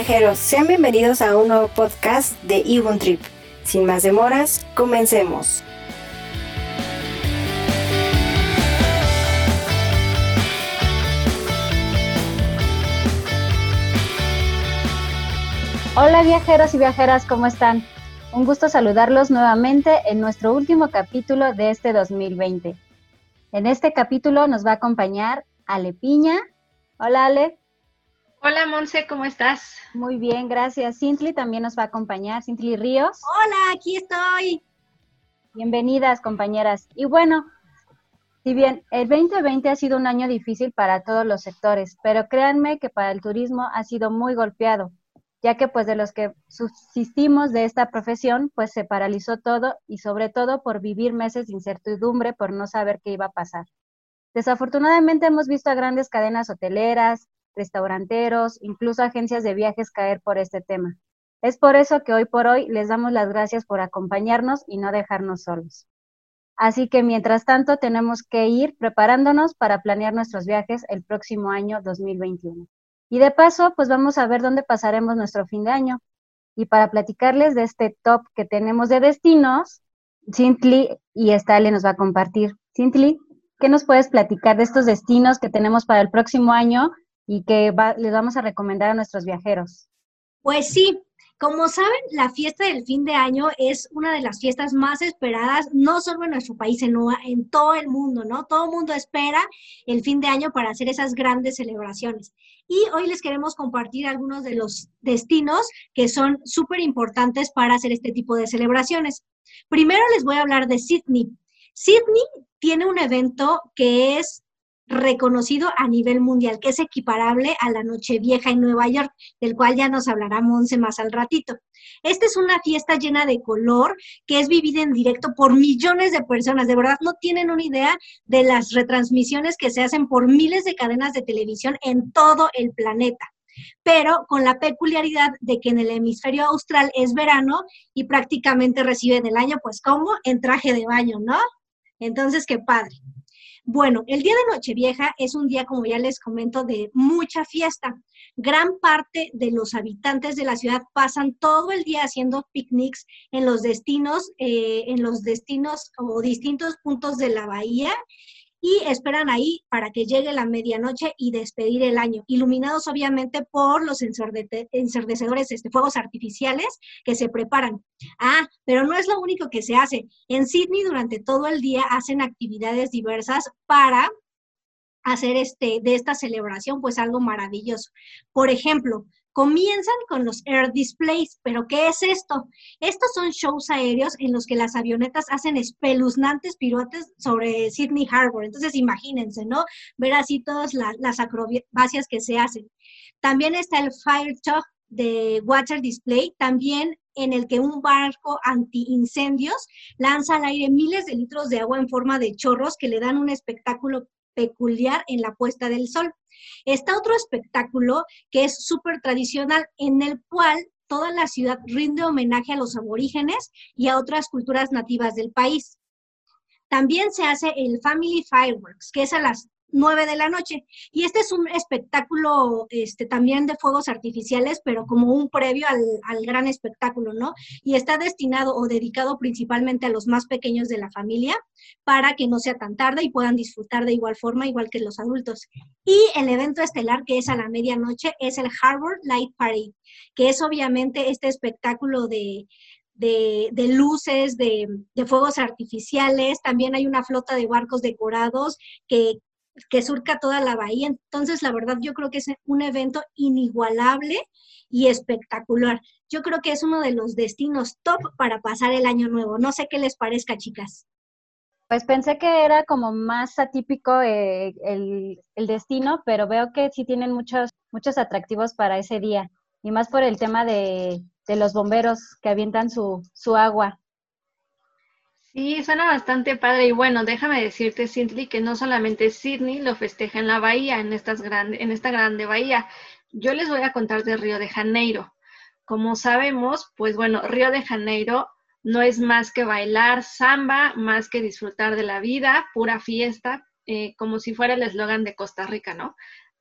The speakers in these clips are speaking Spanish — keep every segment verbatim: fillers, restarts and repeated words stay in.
viajeros, sean bienvenidos a un nuevo podcast de Ibun Trip. Sin más demoras, comencemos. Hola viajeros y viajeras, ¿cómo están? Un gusto saludarlos nuevamente en nuestro último capítulo de este dos mil veinte. En este capítulo nos va a acompañar Ale Piña. Hola Ale. Hola Monse, ¿cómo estás? Muy bien, gracias. Cintli también nos va a acompañar, Cintli Ríos. Hola, aquí estoy. Bienvenidas compañeras. Y bueno, si bien el veinte veinte ha sido un año difícil para todos los sectores, pero créanme que para el turismo ha sido muy golpeado, ya que pues de los que subsistimos de esta profesión, pues se paralizó todo y sobre todo por vivir meses de incertidumbre por no saber qué iba a pasar. Desafortunadamente hemos visto a grandes cadenas hoteleras, restauranteros, incluso agencias de viajes caer por este tema. Es por eso que hoy por hoy les damos las gracias por acompañarnos y no dejarnos solos. Así que mientras tanto tenemos que ir preparándonos para planear nuestros viajes el próximo año dos mil veintiuno. Y de paso, pues vamos a ver dónde pasaremos nuestro fin de año. Y para platicarles de este top que tenemos de destinos, Cintli y Estale nos va a compartir. Cintli, ¿qué nos puedes platicar de estos destinos que tenemos para el próximo año y que va, les vamos a recomendar a nuestros viajeros? Pues sí, como saben, la fiesta del fin de año es una de las fiestas más esperadas, no solo en nuestro país, sino en todo el mundo, ¿no? Todo el mundo espera el fin de año para hacer esas grandes celebraciones. Y hoy les queremos compartir algunos de los destinos que son súper importantes para hacer este tipo de celebraciones. Primero les voy a hablar de Sydney. Sydney tiene un evento que es reconocido a nivel mundial, que es equiparable a la Nochevieja en Nueva York, del cual ya nos hablará Monse más al ratito. Esta es una fiesta llena de color que es vivida en directo por millones de personas. De verdad, no tienen una idea de las retransmisiones que se hacen por miles de cadenas de televisión en todo el planeta, pero con la peculiaridad de que en el hemisferio austral es verano y prácticamente reciben el año, pues como en traje de baño, ¿no? Entonces, qué padre. Bueno, el día de Nochevieja es un día, como ya les comento, de mucha fiesta. Gran parte de los habitantes de la ciudad pasan todo el día haciendo picnics en los destinos, eh, en los destinos o distintos puntos de la bahía, y esperan ahí para que llegue la medianoche y despedir el año, iluminados obviamente por los ensordecedores, este, fuegos artificiales que se preparan. Ah, pero no es lo único que se hace. En Sydney durante todo el día hacen actividades diversas para hacer este, de esta celebración pues algo maravilloso. Por ejemplo, comienzan con los air displays, pero ¿qué es esto? Estos son shows aéreos en los que las avionetas hacen espeluznantes piruetes sobre Sydney Harbor. Entonces imagínense, ¿no? Ver así todas las, las acrobacias que se hacen. También está el fire truck de water display, también en el que un barco antiincendios lanza al aire miles de litros de agua en forma de chorros que le dan un espectáculo peculiar en la puesta del sol. Está otro espectáculo que es súper tradicional, en el cual toda la ciudad rinde homenaje a los aborígenes y a otras culturas nativas del país. También se hace el Family Fireworks, que es a las nueve de la noche. Y este es un espectáculo este, también de fuegos artificiales, pero como un previo al, al gran espectáculo, ¿no? Y está destinado o dedicado principalmente a los más pequeños de la familia para que no sea tan tarde y puedan disfrutar de igual forma, igual que los adultos. Y el evento estelar, que es a la medianoche, es el Harbor Light Parade, que es obviamente este espectáculo de... De, de luces, de, de fuegos artificiales. También hay una flota de barcos decorados que, que surca toda la bahía. Entonces, la verdad, yo creo que es un evento inigualable y espectacular. Yo creo que es uno de los destinos top para pasar el año nuevo. No sé qué les parezca, chicas. Pues pensé que era como más atípico eh, el, el destino, pero veo que sí tienen muchos, muchos atractivos para ese día. Y más por el tema de, de los bomberos que avientan su, su agua. Sí, suena bastante padre y bueno, déjame decirte, Cintli, que no solamente Sydney lo festeja en la bahía, en, estas grande, en esta grande bahía. Yo les voy a contar de Río de Janeiro. Como sabemos, pues bueno, Río de Janeiro no es más que bailar samba, más que disfrutar de la vida, pura fiesta, eh, como si fuera el eslogan de Costa Rica, ¿no?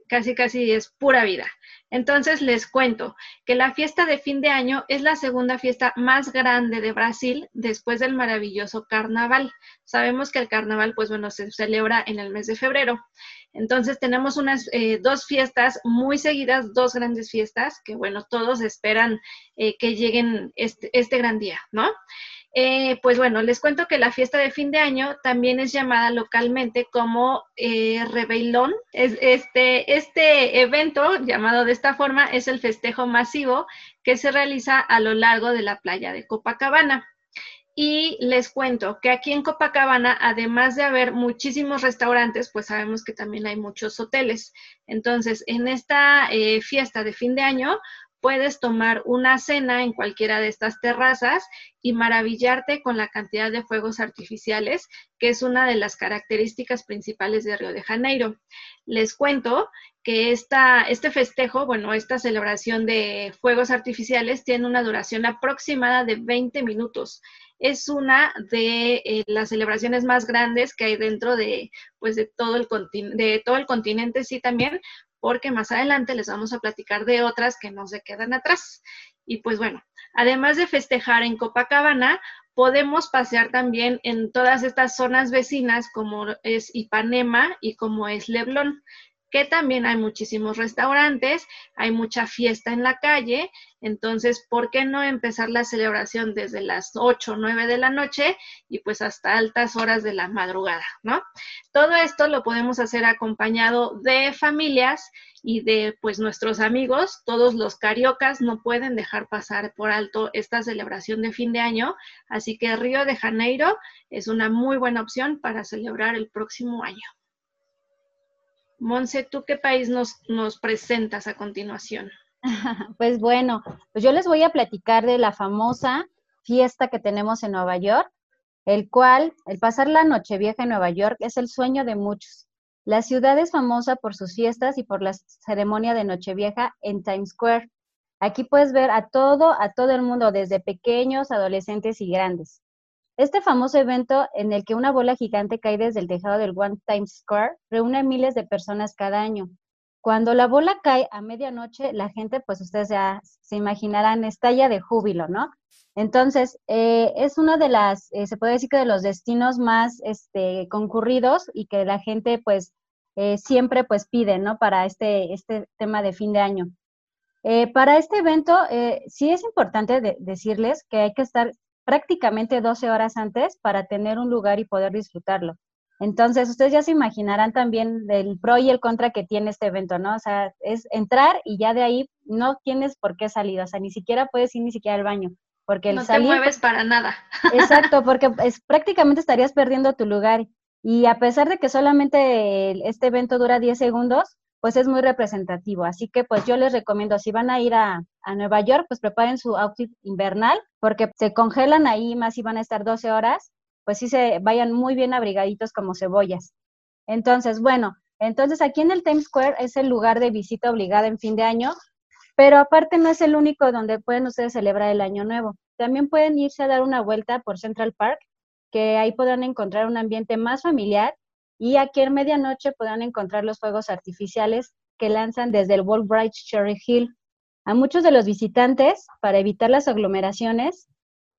casi casi es pura vida. Entonces les cuento que la fiesta de fin de año es la segunda fiesta más grande de Brasil después del maravilloso carnaval. Sabemos que el carnaval, pues bueno, se celebra en el mes de febrero. Entonces tenemos unas eh, dos fiestas muy seguidas, dos grandes fiestas que bueno, todos esperan eh, que lleguen este, este gran día, ¿no? Eh, pues bueno, les cuento que la fiesta de fin de año también es llamada localmente como eh, Réveillon. Es, este, este evento, llamado de esta forma, es el festejo masivo que se realiza a lo largo de la playa de Copacabana. Y les cuento que aquí en Copacabana, además de haber muchísimos restaurantes, pues sabemos que también hay muchos hoteles. Entonces, en esta eh, fiesta de fin de año, puedes tomar una cena en cualquiera de estas terrazas y maravillarte con la cantidad de fuegos artificiales, que es una de las características principales de Río de Janeiro. Les cuento que esta, este festejo, bueno, esta celebración de fuegos artificiales tiene una duración aproximada de veinte minutos. Es una de eh, las celebraciones más grandes que hay dentro de, pues, de, todo el de todo el continente, sí, también, porque más adelante les vamos a platicar de otras que no se quedan atrás. Y pues bueno, además de festejar en Copacabana, podemos pasear también en todas estas zonas vecinas como es Ipanema y como es Leblon, que también hay muchísimos restaurantes, hay mucha fiesta en la calle. Entonces, ¿por qué no empezar la celebración desde las ocho o nueve de la noche y pues hasta altas horas de la madrugada, ¿no? Todo esto lo podemos hacer acompañado de familias y de pues nuestros amigos. Todos los cariocas no pueden dejar pasar por alto esta celebración de fin de año, así que Río de Janeiro es una muy buena opción para celebrar el próximo año. Monse, ¿tú qué país nos, nos presentas a continuación? Pues bueno, pues yo les voy a platicar de la famosa fiesta que tenemos en Nueva York, el cual, el pasar la Nochevieja en Nueva York es el sueño de muchos. La ciudad es famosa por sus fiestas y por la ceremonia de Nochevieja en Times Square. Aquí puedes ver a todo, a todo el mundo, desde pequeños, adolescentes y grandes. Este famoso evento en el que una bola gigante cae desde el tejado del One Times Square reúne a miles de personas cada año. Cuando la bola cae a medianoche, la gente, pues ustedes ya se imaginarán, estalla de júbilo, ¿no? Entonces, eh, es uno de las, eh, se puede decir que de los destinos más este, concurridos y que la gente, pues, eh, siempre, pues, pide, ¿no? Para este, este tema de fin de año. Eh, para este evento, eh, sí es importante de, decirles que hay que estar prácticamente doce horas antes para tener un lugar y poder disfrutarlo. Entonces, ustedes ya se imaginarán también el pro y el contra que tiene este evento, ¿no? O sea, es entrar y ya de ahí no tienes por qué salir, o sea, ni siquiera puedes ir ni siquiera al baño, porque el no salir... No te mueves para nada. Exacto, porque es, prácticamente estarías perdiendo tu lugar. Y a pesar de que solamente el, este evento dura diez segundos, pues es muy representativo. Así que pues yo les recomiendo, si van a ir a, a Nueva York, pues preparen su outfit invernal, porque se congelan ahí más si van a estar doce horas, pues sí se vayan muy bien abrigaditos como cebollas. Entonces, bueno, entonces aquí en el Times Square es el lugar de visita obligada en fin de año, pero aparte no es el único donde pueden ustedes celebrar el Año Nuevo. También pueden irse a dar una vuelta por Central Park, que ahí podrán encontrar un ambiente más familiar, y aquí en medianoche podrán encontrar los fuegos artificiales que lanzan desde el Woolbridge Cherry Hill. A muchos de los visitantes, para evitar las aglomeraciones,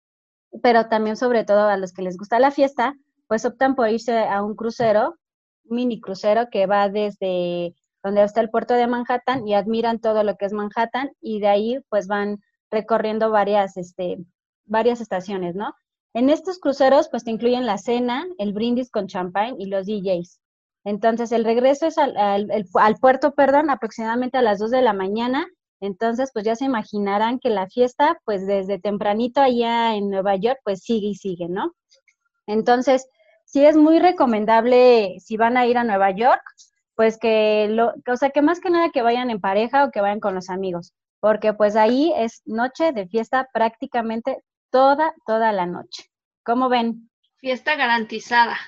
pero también sobre todo a los que les gusta la fiesta, pues optan por irse a un crucero, un mini crucero que va desde donde está el puerto de Manhattan y admiran todo lo que es Manhattan, y de ahí pues van recorriendo varias, este, varias estaciones, ¿no? En estos cruceros, pues te incluyen la cena, el brindis con champán y los D Js. Entonces, el regreso es al, al, el, al puerto, perdón, aproximadamente a las dos de la mañana. Entonces, pues ya se imaginarán que la fiesta, pues desde tempranito allá en Nueva York, pues sigue y sigue, ¿no? Entonces, sí es muy recomendable, si van a ir a Nueva York, pues que, lo, o sea, que más que nada que vayan en pareja o que vayan con los amigos, porque pues ahí es noche de fiesta prácticamente toda, toda la noche. ¿Cómo ven? Fiesta garantizada.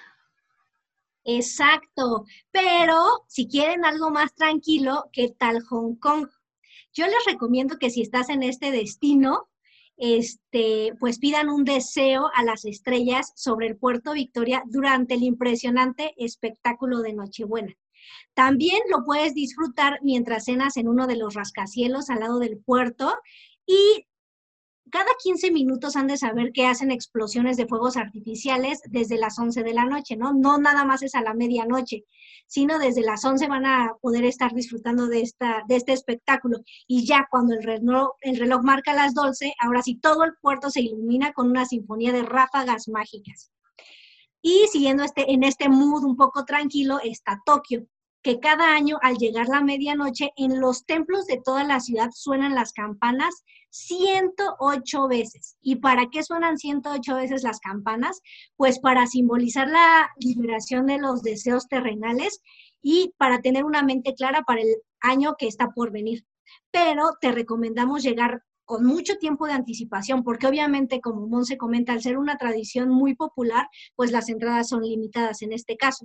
Exacto, pero si quieren algo más tranquilo, ¿qué tal Hong Kong? Yo les recomiendo que si estás en este destino, este, pues pidan un deseo a las estrellas sobre el Puerto Victoria durante el impresionante espectáculo de Nochebuena. También lo puedes disfrutar mientras cenas en uno de los rascacielos al lado del puerto y cada quince minutos han de saber que hacen explosiones de fuegos artificiales desde las once de la noche, ¿no? No nada más es a la medianoche, sino desde las once van a poder estar disfrutando de, esta, de este espectáculo. Y ya cuando el reloj, el reloj marca las doce, ahora sí todo el puerto se ilumina con una sinfonía de ráfagas mágicas. Y siguiendo este, en este mood un poco tranquilo está Tokio, que cada año al llegar la medianoche en los templos de toda la ciudad suenan las campanas ciento ocho veces. ¿Y para qué suenan ciento ocho veces las campanas? Pues para simbolizar la liberación de los deseos terrenales y para tener una mente clara para el año que está por venir. Pero te recomendamos llegar con mucho tiempo de anticipación, porque obviamente, como Monse comenta, al ser una tradición muy popular, pues las entradas son limitadas en este caso.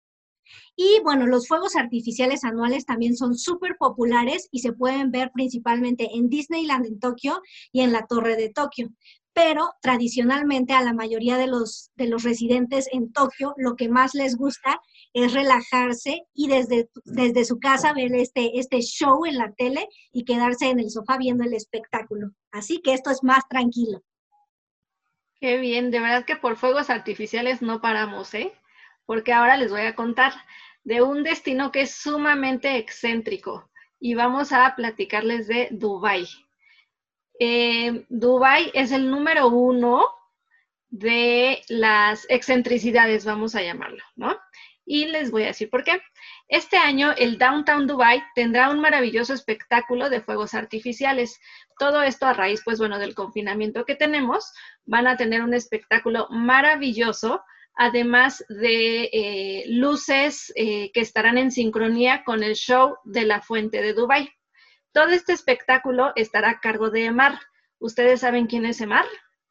Y bueno, los fuegos artificiales anuales también son súper populares y se pueden ver principalmente en Disneyland en Tokio y en la Torre de Tokio. Pero tradicionalmente a la mayoría de los, de los residentes en Tokio lo que más les gusta es relajarse y desde, desde su casa ver este, este show en la tele y quedarse en el sofá viendo el espectáculo. Así que esto es más tranquilo. Qué bien, de verdad que por fuegos artificiales no paramos, ¿eh? Porque ahora les voy a contar de un destino que es sumamente excéntrico y vamos a platicarles de Dubái. Eh, Dubái es el número uno de las excentricidades, vamos a llamarlo, ¿no? Y les voy a decir por qué. Este año el Downtown Dubai tendrá un maravilloso espectáculo de fuegos artificiales. Todo esto a raíz, pues bueno, del confinamiento que tenemos. Van a tener un espectáculo maravilloso, además de eh, luces eh, que estarán en sincronía con el show de la Fuente de Dubái. Todo este espectáculo estará a cargo de Emaar. ¿Ustedes saben quién es Emaar?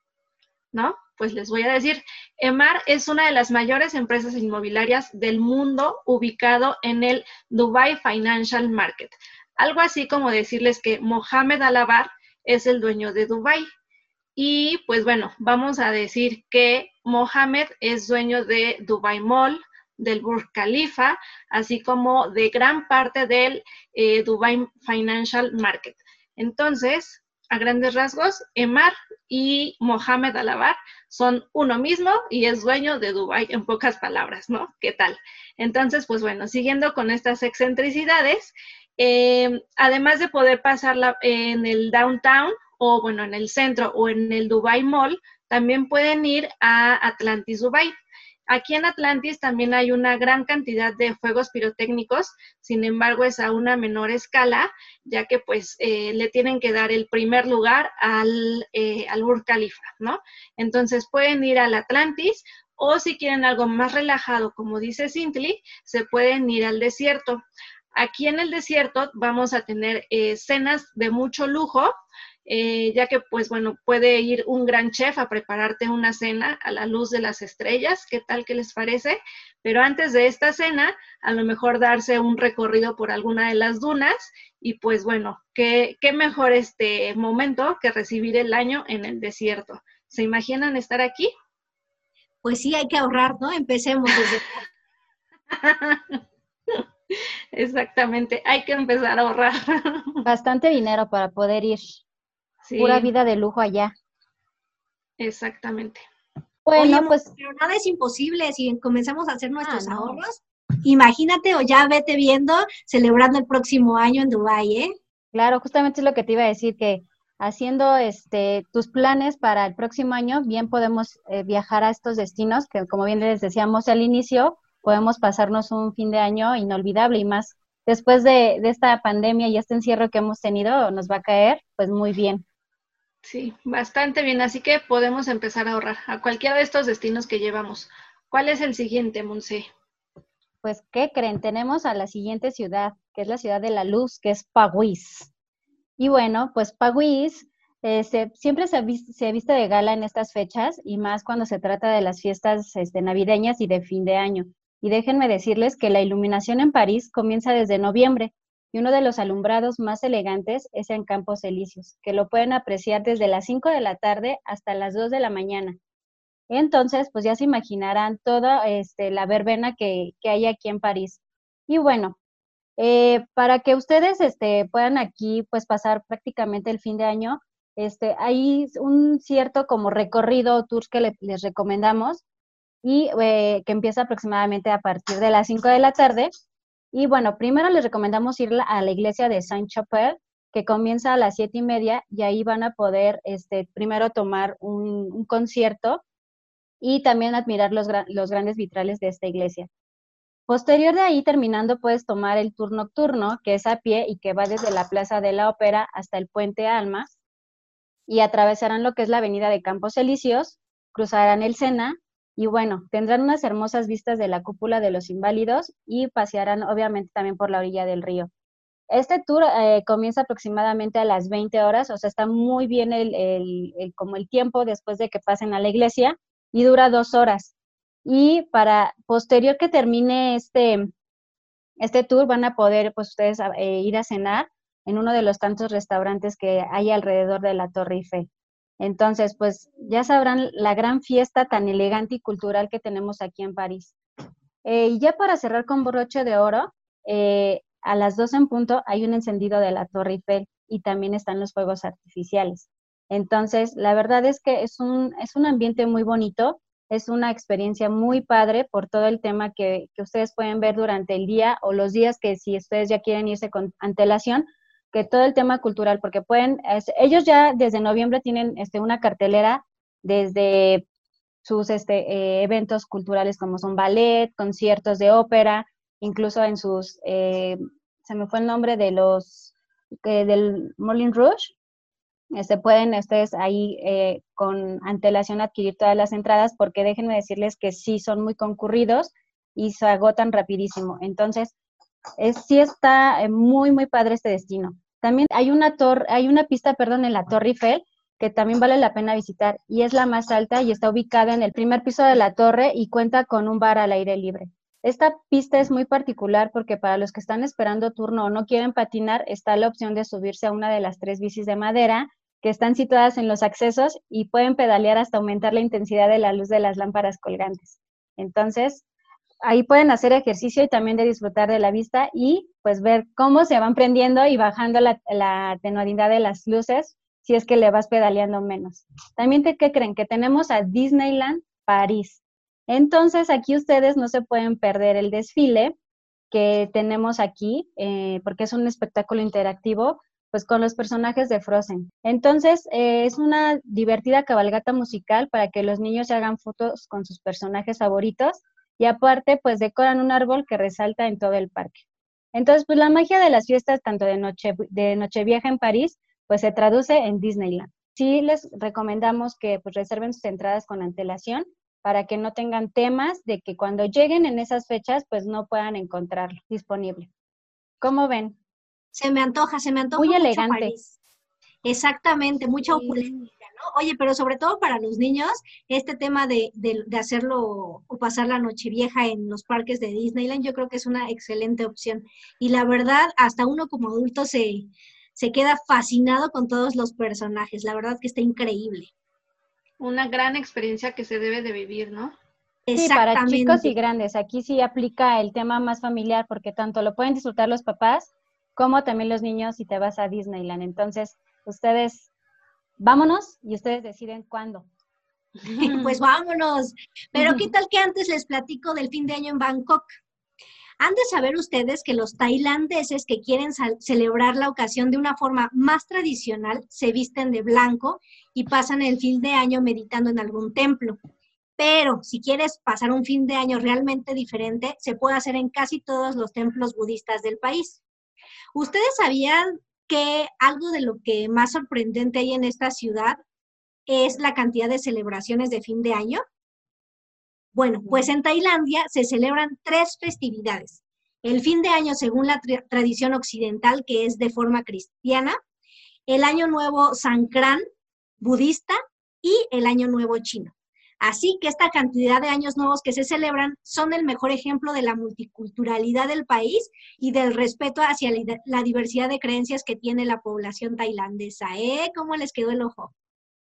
¿No? Pues les voy a decir, Emaar es una de las mayores empresas inmobiliarias del mundo ubicado en el Dubai Financial Market. Algo así como decirles que Mohamed Al-Abar es el dueño de Dubái. Y pues bueno, vamos a decir que Mohamed es dueño de Dubai Mall, del Burj Khalifa, así como de gran parte del eh, Dubai Financial Market. Entonces, a grandes rasgos, Emaar y Mohamed Al-Abar son uno mismo y es dueño de Dubái, en pocas palabras, ¿no? ¿Qué tal? Entonces, pues bueno, siguiendo con estas excentricidades, eh, además de poder pasarla en el downtown, o bueno, en el centro o en el Dubai Mall, también pueden ir a Atlantis Dubai. Aquí en Atlantis también hay una gran cantidad de fuegos pirotécnicos, sin embargo es a una menor escala, ya que pues eh, le tienen que dar el primer lugar al, eh, al Burj Khalifa, ¿no? Entonces pueden ir al Atlantis o si quieren algo más relajado, como dice Cintly, se pueden ir al desierto. Aquí en el desierto vamos a tener eh, cenas de mucho lujo, Eh, ya que, pues bueno, puede ir un gran chef a prepararte una cena a la luz de las estrellas, ¿qué tal que les parece? Pero antes de esta cena, a lo mejor darse un recorrido por alguna de las dunas y pues bueno, qué, qué mejor este momento que recibir el año en el desierto. ¿Se imaginan estar aquí? Pues sí, hay que ahorrar, ¿no? Empecemos desde... Exactamente, hay que empezar a ahorrar. Bastante dinero para poder ir. Sí, Pura vida de lujo allá. exactamente. Bueno, Oye, pues pero nada es imposible si comenzamos a hacer nuestros Ah, no. ahorros. Imagínate o ya vete viendo celebrando el próximo año en Dubái, ¿eh? claro, justamente es lo que te iba a decir, que haciendo este tus planes para el próximo año, bien podemos eh, viajar a estos destinos, que como bien les decíamos al inicio, podemos pasarnos un fin de año inolvidable y más después de, de esta pandemia y este encierro que hemos tenido, nos va a caer pues muy bien. Sí, bastante bien, así que podemos empezar a ahorrar a cualquiera de estos destinos que llevamos. ¿Cuál es el siguiente, Monse? Pues, ¿qué creen? Tenemos a la siguiente ciudad, que es la ciudad de la luz, que es Pagüís. Y bueno, pues Pagüís eh, se- siempre se, vis- se viste de gala en estas fechas y más cuando se trata de las fiestas este, navideñas y de fin de año. Y déjenme decirles que la iluminación en París comienza desde noviembre y uno de los alumbrados más elegantes es en Campos Elíseos, que lo pueden apreciar desde las cinco de la tarde hasta las dos de la mañana. Entonces, pues ya se imaginarán toda este, la verbena que, que hay aquí en París. Y bueno, eh, para que ustedes este, puedan aquí pues pasar prácticamente el fin de año, este, hay un cierto como recorrido, tours que le, les recomendamos y eh, que empieza aproximadamente a partir de las cinco de la tarde. Y bueno, primero les recomendamos ir a la iglesia de Saint-Chapelle, que comienza a las siete y media, y ahí van a poder este, primero tomar un, un concierto y también admirar los, los grandes vitrales de esta iglesia. Posterior de ahí, terminando, puedes tomar el tour nocturno, que es a pie y que va desde la Plaza de la Ópera hasta el Puente Alma, y atravesarán lo que es la avenida de Campos Elíseos, cruzarán el Sena, y bueno, tendrán unas hermosas vistas de la cúpula de los Inválidos y pasearán obviamente también por la orilla del río. Este tour eh, comienza aproximadamente a las veinte horas, o sea, está muy bien el, el, el, como el tiempo después de que pasen a la iglesia, y dura dos horas. Y para posterior que termine este, este tour, van a poder pues ustedes eh, ir a cenar en uno de los tantos restaurantes que hay alrededor de la Torre Eiffel. Entonces, pues ya sabrán la gran fiesta tan elegante y cultural que tenemos aquí en París. Eh, y ya para cerrar con broche de oro, eh, a las doce en punto hay un encendido de la Torre Eiffel y también están los fuegos artificiales. Entonces, la verdad es que es un, es un ambiente muy bonito, es una experiencia muy padre por todo el tema que, que ustedes pueden ver durante el día o los días que si ustedes ya quieren irse con antelación, que todo el tema cultural, porque pueden, es, ellos ya desde noviembre tienen este, una cartelera desde sus este, eh, eventos culturales como son ballet, conciertos de ópera, incluso en sus, eh, se me fue el nombre de los, eh, del Moulin Rouge, este, pueden ustedes ahí eh, con antelación adquirir todas las entradas, porque déjenme decirles que sí son muy concurridos y se agotan rapidísimo. Entonces, es, sí está muy, muy padre este destino. También hay una, torre, hay una pista, perdón, en la Torre Eiffel, que también vale la pena visitar, y es la más alta y está ubicada en el primer piso de la torre y cuenta con un bar al aire libre. Esta pista es muy particular porque para los que están esperando turno o no quieren patinar, está la opción de subirse a una de las tres bicis de madera que están situadas en los accesos y pueden pedalear hasta aumentar la intensidad de la luz de las lámparas colgantes. Entonces, ahí pueden hacer ejercicio y también de disfrutar de la vista y pues ver cómo se van prendiendo y bajando la, la tenuidad de las luces si es que le vas pedaleando menos. También, te, ¿qué creen? Que tenemos a Disneyland París. Entonces, aquí ustedes no se pueden perder el desfile que tenemos aquí, eh, porque es un espectáculo interactivo, pues con los personajes de Frozen. Entonces, eh, es una divertida cabalgata musical para que los niños se hagan fotos con sus personajes favoritos y aparte, pues decoran un árbol que resalta en todo el parque. Entonces, pues la magia de las fiestas, tanto de, noche, de Nochevieja en París, pues se traduce en Disneyland. Sí les recomendamos que pues reserven sus entradas con antelación para que no tengan temas de que cuando lleguen en esas fechas, pues no puedan encontrarlo disponible. ¿Cómo ven? Se me antoja, se me antoja Muy mucho elegante. París. Exactamente, mucha opulencia, ¿no? Oye, pero sobre todo para los niños, este tema de, de, de hacerlo o pasar la Nochevieja en los parques de Disneyland, yo creo que es una excelente opción. Y la verdad, hasta uno como adulto se, se queda fascinado con todos los personajes. La verdad que está increíble. Una gran experiencia que se debe de vivir, ¿no? Sí, para chicos y grandes. Aquí sí aplica el tema más familiar porque tanto lo pueden disfrutar los papás como también los niños si te vas a Disneyland. Entonces, ustedes, vámonos y ustedes deciden cuándo. Pues vámonos. Pero ¿qué tal que antes les platico del fin de año en Bangkok? Han de saber ustedes que los tailandeses que quieren celebrar la ocasión de una forma más tradicional se visten de blanco y pasan el fin de año meditando en algún templo. Pero si quieres pasar un fin de año realmente diferente, se puede hacer en casi todos los templos budistas del país. ¿Ustedes sabían que algo de lo que más sorprendente hay en esta ciudad es la cantidad de celebraciones de fin de año? Bueno, pues en Tailandia se celebran tres festividades. El fin de año según la tra- tradición occidental, que es de forma cristiana, el Año Nuevo Sangkran budista y el Año Nuevo chino. Así que esta cantidad de años nuevos que se celebran son el mejor ejemplo de la multiculturalidad del país y del respeto hacia la, la diversidad de creencias que tiene la población tailandesa. ¿Eh? ¿Cómo les quedó el ojo?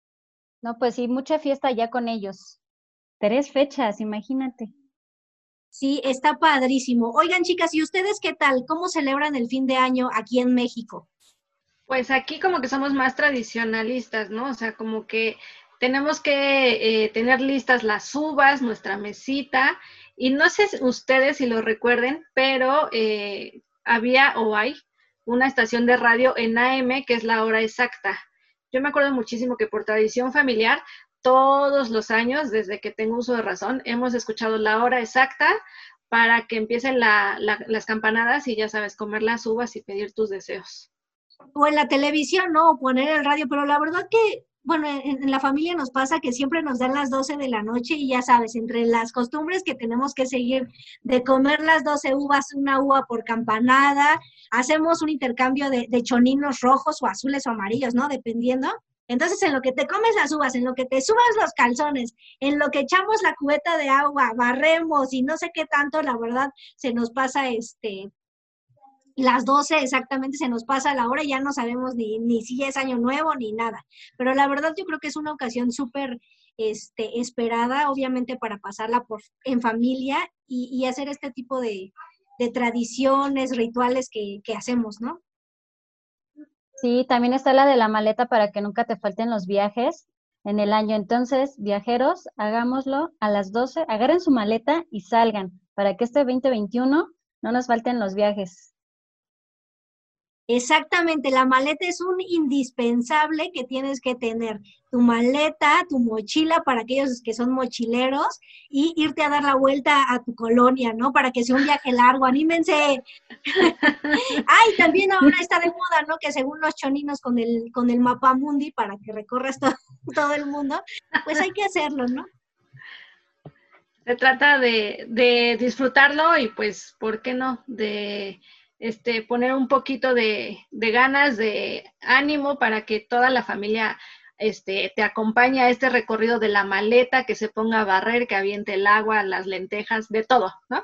No, pues sí, mucha fiesta ya con ellos. Tres fechas, imagínate. Sí, está padrísimo. Oigan, chicas, ¿y ustedes qué tal? ¿Cómo celebran el fin de año aquí en México? Pues aquí como que somos más tradicionalistas, ¿no? O sea, como que tenemos que eh, tener listas las uvas, nuestra mesita, y no sé si ustedes si lo recuerden, pero eh, había o hay una estación de radio en A M que es la hora exacta. Yo me acuerdo muchísimo que por tradición familiar, todos los años, desde que tengo uso de razón, hemos escuchado la hora exacta para que empiecen la, la, las campanadas y ya sabes, comer las uvas y pedir tus deseos. O en la televisión, ¿no? O poner el radio, pero la verdad que, bueno, en, en la familia nos pasa que siempre nos dan las doce de la noche y ya sabes, entre las costumbres que tenemos que seguir de comer las doce uvas, una uva por campanada, hacemos un intercambio de, de choninos rojos o azules o amarillos, ¿no? Dependiendo. Entonces, en lo que te comes las uvas, en lo que te subas los calzones, en lo que echamos la cubeta de agua, barremos y no sé qué tanto, la verdad, se nos pasa este las doce exactamente se nos pasa la hora y ya no sabemos ni, ni si es año nuevo ni nada. Pero la verdad yo creo que es una ocasión súper este, esperada, obviamente para pasarla por, en familia y, y hacer este tipo de, de tradiciones, rituales que, que hacemos, ¿no? Sí, también está la de la maleta para que nunca te falten los viajes en el año. Entonces, viajeros, hagámoslo a las doce, agarren su maleta y salgan para que este veinte veintiuno no nos falten los viajes. Exactamente, la maleta es un indispensable que tienes que tener. Tu maleta, tu mochila para aquellos que son mochileros y irte a dar la vuelta a tu colonia, ¿no? Para que sea un viaje largo, anímense. Ay, también ahora está de moda, ¿no? Que según los choninos con el, con el mapa mundi para que recorras todo, todo el mundo, pues hay que hacerlo, ¿no? Se trata de, de disfrutarlo y pues, ¿por qué no? De este, poner un poquito de, de ganas, de ánimo para que toda la familia este, te acompañe a este recorrido de la maleta, que se ponga a barrer, que aviente el agua, las lentejas, de todo, ¿no?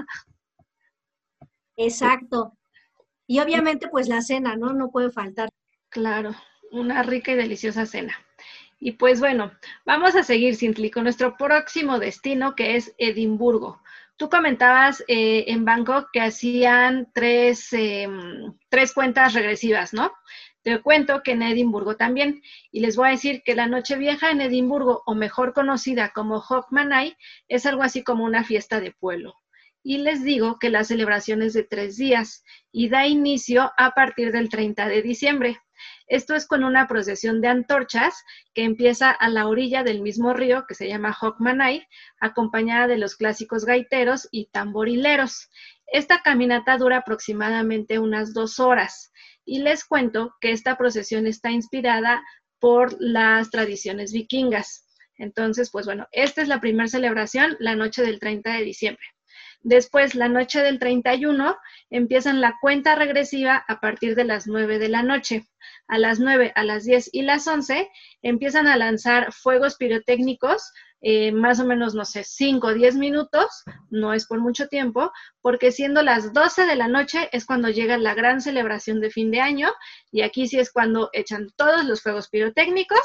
Exacto. Y obviamente pues la cena, ¿no? No puede faltar. Claro, una rica y deliciosa cena. Y pues bueno, vamos a seguir, Cintli, con nuestro próximo destino, que es Edimburgo. Tú comentabas eh, en Bangkok que hacían tres, eh, tres cuentas regresivas, ¿no? Te cuento que en Edimburgo también. Y les voy a decir que la Nochevieja en Edimburgo, o mejor conocida como Hogmanay, es algo así como una fiesta de pueblo. Y les digo que la celebración es de tres días y da inicio a partir del treinta de diciembre. Esto es con una procesión de antorchas que empieza a la orilla del mismo río que se llama Hogmanay, acompañada de los clásicos gaiteros y tamborileros. Esta caminata dura aproximadamente unas dos horas y les cuento que esta procesión está inspirada por las tradiciones vikingas. Entonces, pues bueno, esta es la primera celebración, la noche del treinta de diciembre. Después, la noche del treinta y uno, empiezan la cuenta regresiva a partir de las nueve de la noche. A las nueve, a las diez y las once empiezan a lanzar fuegos pirotécnicos, eh, más o menos, no sé, cinco o diez minutos, no es por mucho tiempo, porque siendo las doce de la noche es cuando llega la gran celebración de fin de año, y aquí sí es cuando echan todos los fuegos pirotécnicos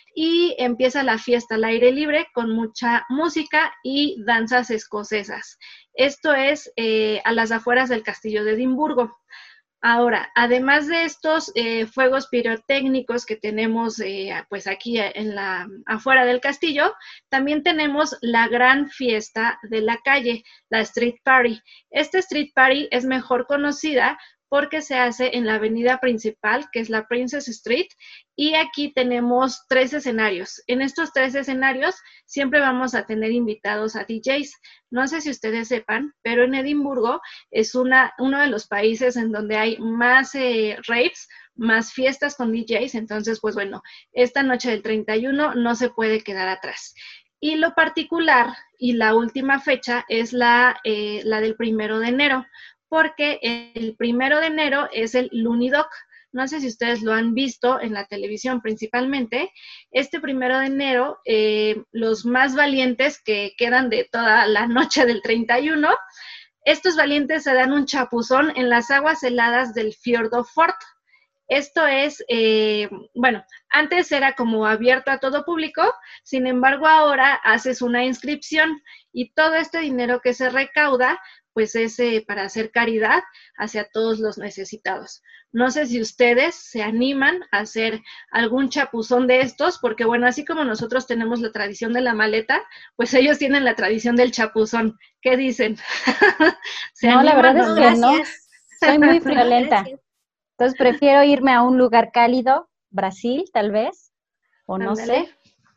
y empieza la fiesta al aire libre con mucha música y danzas escocesas. Esto es eh, a las afueras del castillo de Edimburgo. Ahora, además de estos eh, fuegos pirotécnicos que tenemos eh, pues aquí en la, afuera del castillo, también tenemos la gran fiesta de la calle, la Street Party. Esta Street Party es mejor conocida porque se hace en la avenida principal, que es la Princess Street, y aquí tenemos tres escenarios. En estos tres escenarios siempre vamos a tener invitados a D Js. No sé si ustedes sepan, pero en Edimburgo es una, uno de los países en donde hay más eh, raves, más fiestas con D Js, entonces pues bueno, esta noche del treinta y uno no se puede quedar atrás. Y lo particular y la última fecha es la, eh, la del primero de enero, porque el primero de enero es el Lunidoc. No sé si ustedes lo han visto en la televisión principalmente. Este primero de enero, eh, los más valientes que quedan de toda la noche del treinta y uno, estos valientes se dan un chapuzón en las aguas heladas del Fiordo Fort. Esto es, eh, bueno, antes era como abierto a todo público, sin embargo ahora haces una inscripción y todo este dinero que se recauda, pues es eh, para hacer caridad hacia todos los necesitados. No sé si ustedes se animan a hacer algún chapuzón de estos, porque bueno, así como nosotros tenemos la tradición de la maleta, pues ellos tienen la tradición del chapuzón. ¿Qué dicen? ¿Se No, la animan verdad o es no? que no. Gracias. Soy muy No, friolenta. gracias. Entonces prefiero irme a un lugar cálido, Brasil tal vez, o no sé, Ándale.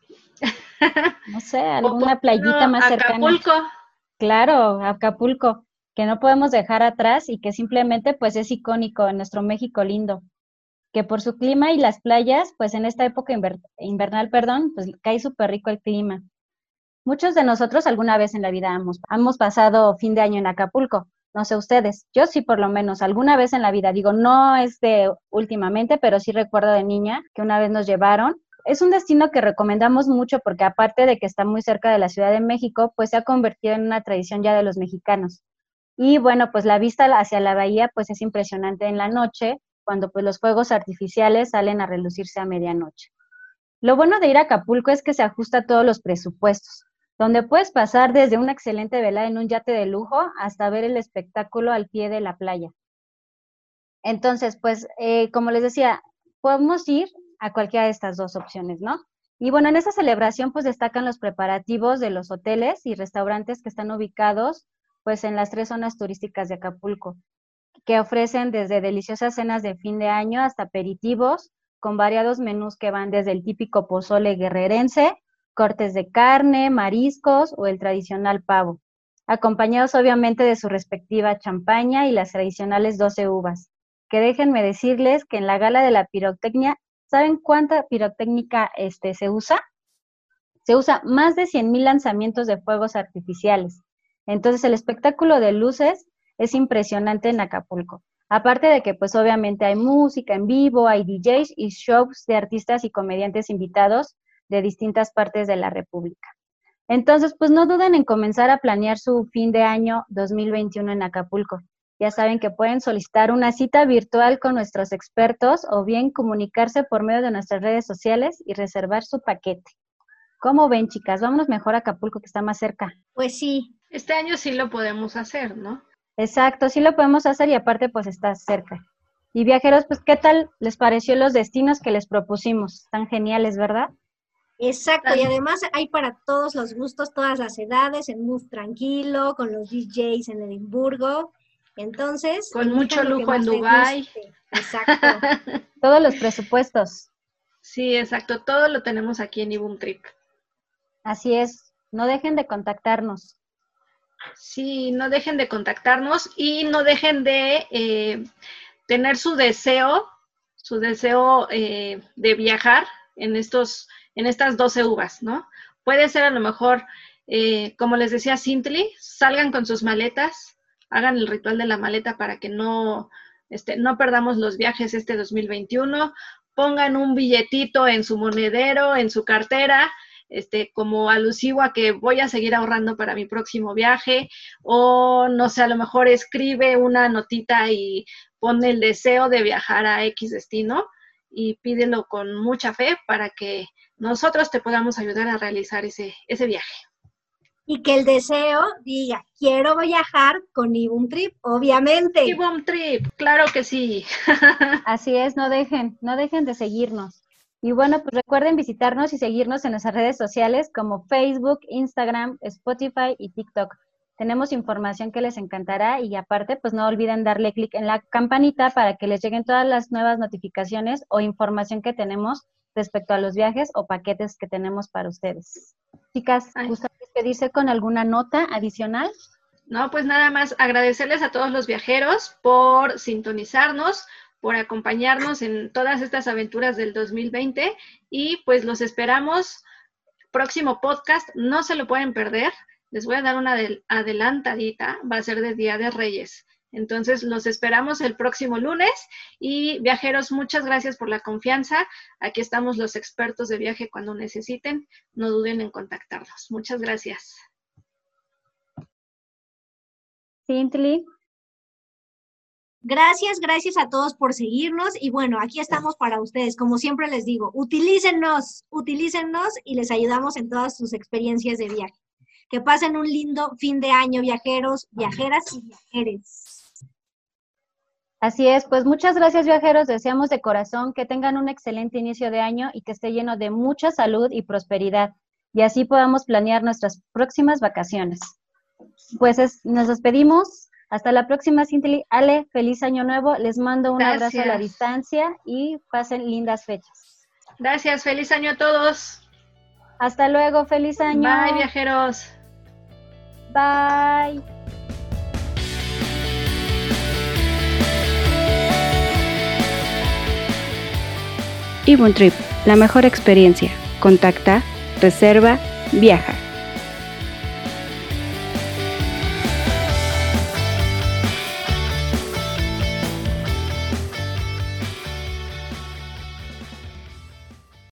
no sé, O por alguna qué no playita más cercana. Acapulco. Claro, Acapulco, que no podemos dejar atrás y que simplemente pues es icónico en nuestro México lindo, que por su clima y las playas, pues en esta época inver- invernal, perdón, pues cae súper rico el clima. Muchos de nosotros alguna vez en la vida hemos, hemos pasado fin de año en Acapulco, no sé ustedes, yo sí por lo menos alguna vez en la vida, digo, no es de últimamente, pero sí recuerdo de niña que una vez nos llevaron. Es un destino que recomendamos mucho porque aparte de que está muy cerca de la Ciudad de México, pues se ha convertido en una tradición ya de los mexicanos. Y bueno, pues la vista hacia la bahía pues es impresionante en la noche, cuando pues los fuegos artificiales salen a relucirse a medianoche. Lo bueno de ir a Acapulco es que se ajusta a todos los presupuestos, donde puedes pasar desde una excelente velada en un yate de lujo hasta ver el espectáculo al pie de la playa. Entonces, pues, eh, como les decía, podemos ir a cualquiera de estas dos opciones, ¿no? Y bueno, en esa celebración, pues, destacan los preparativos de los hoteles y restaurantes que están ubicados, pues, en las tres zonas turísticas de Acapulco, que ofrecen desde deliciosas cenas de fin de año hasta aperitivos, con variados menús que van desde el típico pozole guerrerense, cortes de carne, mariscos o el tradicional pavo, acompañados obviamente de su respectiva champaña y las tradicionales doce uvas. Que déjenme decirles que en la gala de la pirotecnia, ¿saben cuánta pirotécnica este, se usa? Se usa más de cien mil lanzamientos de fuegos artificiales. Entonces el espectáculo de luces es impresionante en Acapulco. Aparte de que pues obviamente hay música en vivo, hay D Js y shows de artistas y comediantes invitados de distintas partes de la República. Entonces, pues no duden en comenzar a planear su fin de año dos mil veintiuno en Acapulco. Ya saben que pueden solicitar una cita virtual con nuestros expertos o bien comunicarse por medio de nuestras redes sociales y reservar su paquete. ¿Cómo ven, chicas? Vámonos mejor a Acapulco, que está más cerca. Pues sí. Este año sí lo podemos hacer, ¿no? Exacto, sí lo podemos hacer y aparte pues está cerca. Y viajeros, pues ¿qué tal les pareció los destinos que les propusimos? Están geniales, ¿verdad? Exacto, y Tan- además hay para todos los gustos, todas las edades, en mood tranquilo, con los D Js en Edimburgo. Entonces, con elijan mucho lo que lujo en más te Dubái. guste. Exacto. Todos los presupuestos. Sí, exacto. Todo lo tenemos aquí en Ibum Trip. Así es. No dejen de contactarnos. Sí, no dejen de contactarnos y no dejen de eh, tener su deseo, su deseo eh, de viajar en estos, en estas doce uvas, ¿no? Puede ser a lo mejor, eh, como les decía Cintly, salgan con sus maletas, hagan el ritual de la maleta para que no, este, no perdamos los viajes este dos mil veintiuno, pongan un billetito en su monedero, en su cartera, este, como alusivo a que voy a seguir ahorrando para mi próximo viaje, o no sé, a lo mejor escribe una notita y pone el deseo de viajar a X destino y pídelo con mucha fe para que nosotros te podamos ayudar a realizar ese, ese viaje. Y que el deseo diga, quiero viajar con Ibum Trip, obviamente. Ibum Trip, claro que sí. Así es, no dejen, no dejen de seguirnos. Y bueno, pues recuerden visitarnos y seguirnos en nuestras redes sociales como Facebook, Instagram, Spotify y TikTok. Tenemos información que les encantará y aparte, pues no olviden darle clic en la campanita para que les lleguen todas las nuevas notificaciones o información que tenemos respecto a los viajes o paquetes que tenemos para ustedes. Chicas, Ay, ¿gustan despedirse con alguna nota adicional? no, pues nada más agradecerles a todos los viajeros por sintonizarnos, por acompañarnos en todas estas aventuras del dos mil veinte y pues los esperamos próximo podcast, no se lo pueden perder. Les voy a dar una adelantadita, va a ser de Día de Reyes. Entonces, los esperamos el próximo lunes y viajeros, muchas gracias por la confianza. Aquí estamos los expertos de viaje cuando necesiten. No duden en contactarnos. Muchas gracias. Cintly. Gracias, gracias a todos por seguirnos y bueno, aquí estamos para ustedes. Como siempre les digo, utilícennos, utilícennos y les ayudamos en todas sus experiencias de viaje. Que pasen un lindo fin de año, viajeros, viajeras y viajeres. Así es, pues muchas gracias, viajeros. Deseamos de corazón que tengan un excelente inicio de año y que esté lleno de mucha salud y prosperidad, y así podamos planear nuestras próximas vacaciones. Pues es, nos despedimos. Hasta la próxima, Cindy. Ale, feliz año nuevo. Les mando un Gracias. abrazo a la distancia y pasen lindas fechas. Gracias, feliz año a todos. Hasta luego, feliz año. Bye, viajeros. Bye. Ibun Trip, la mejor experiencia. Contacta, reserva, viaja.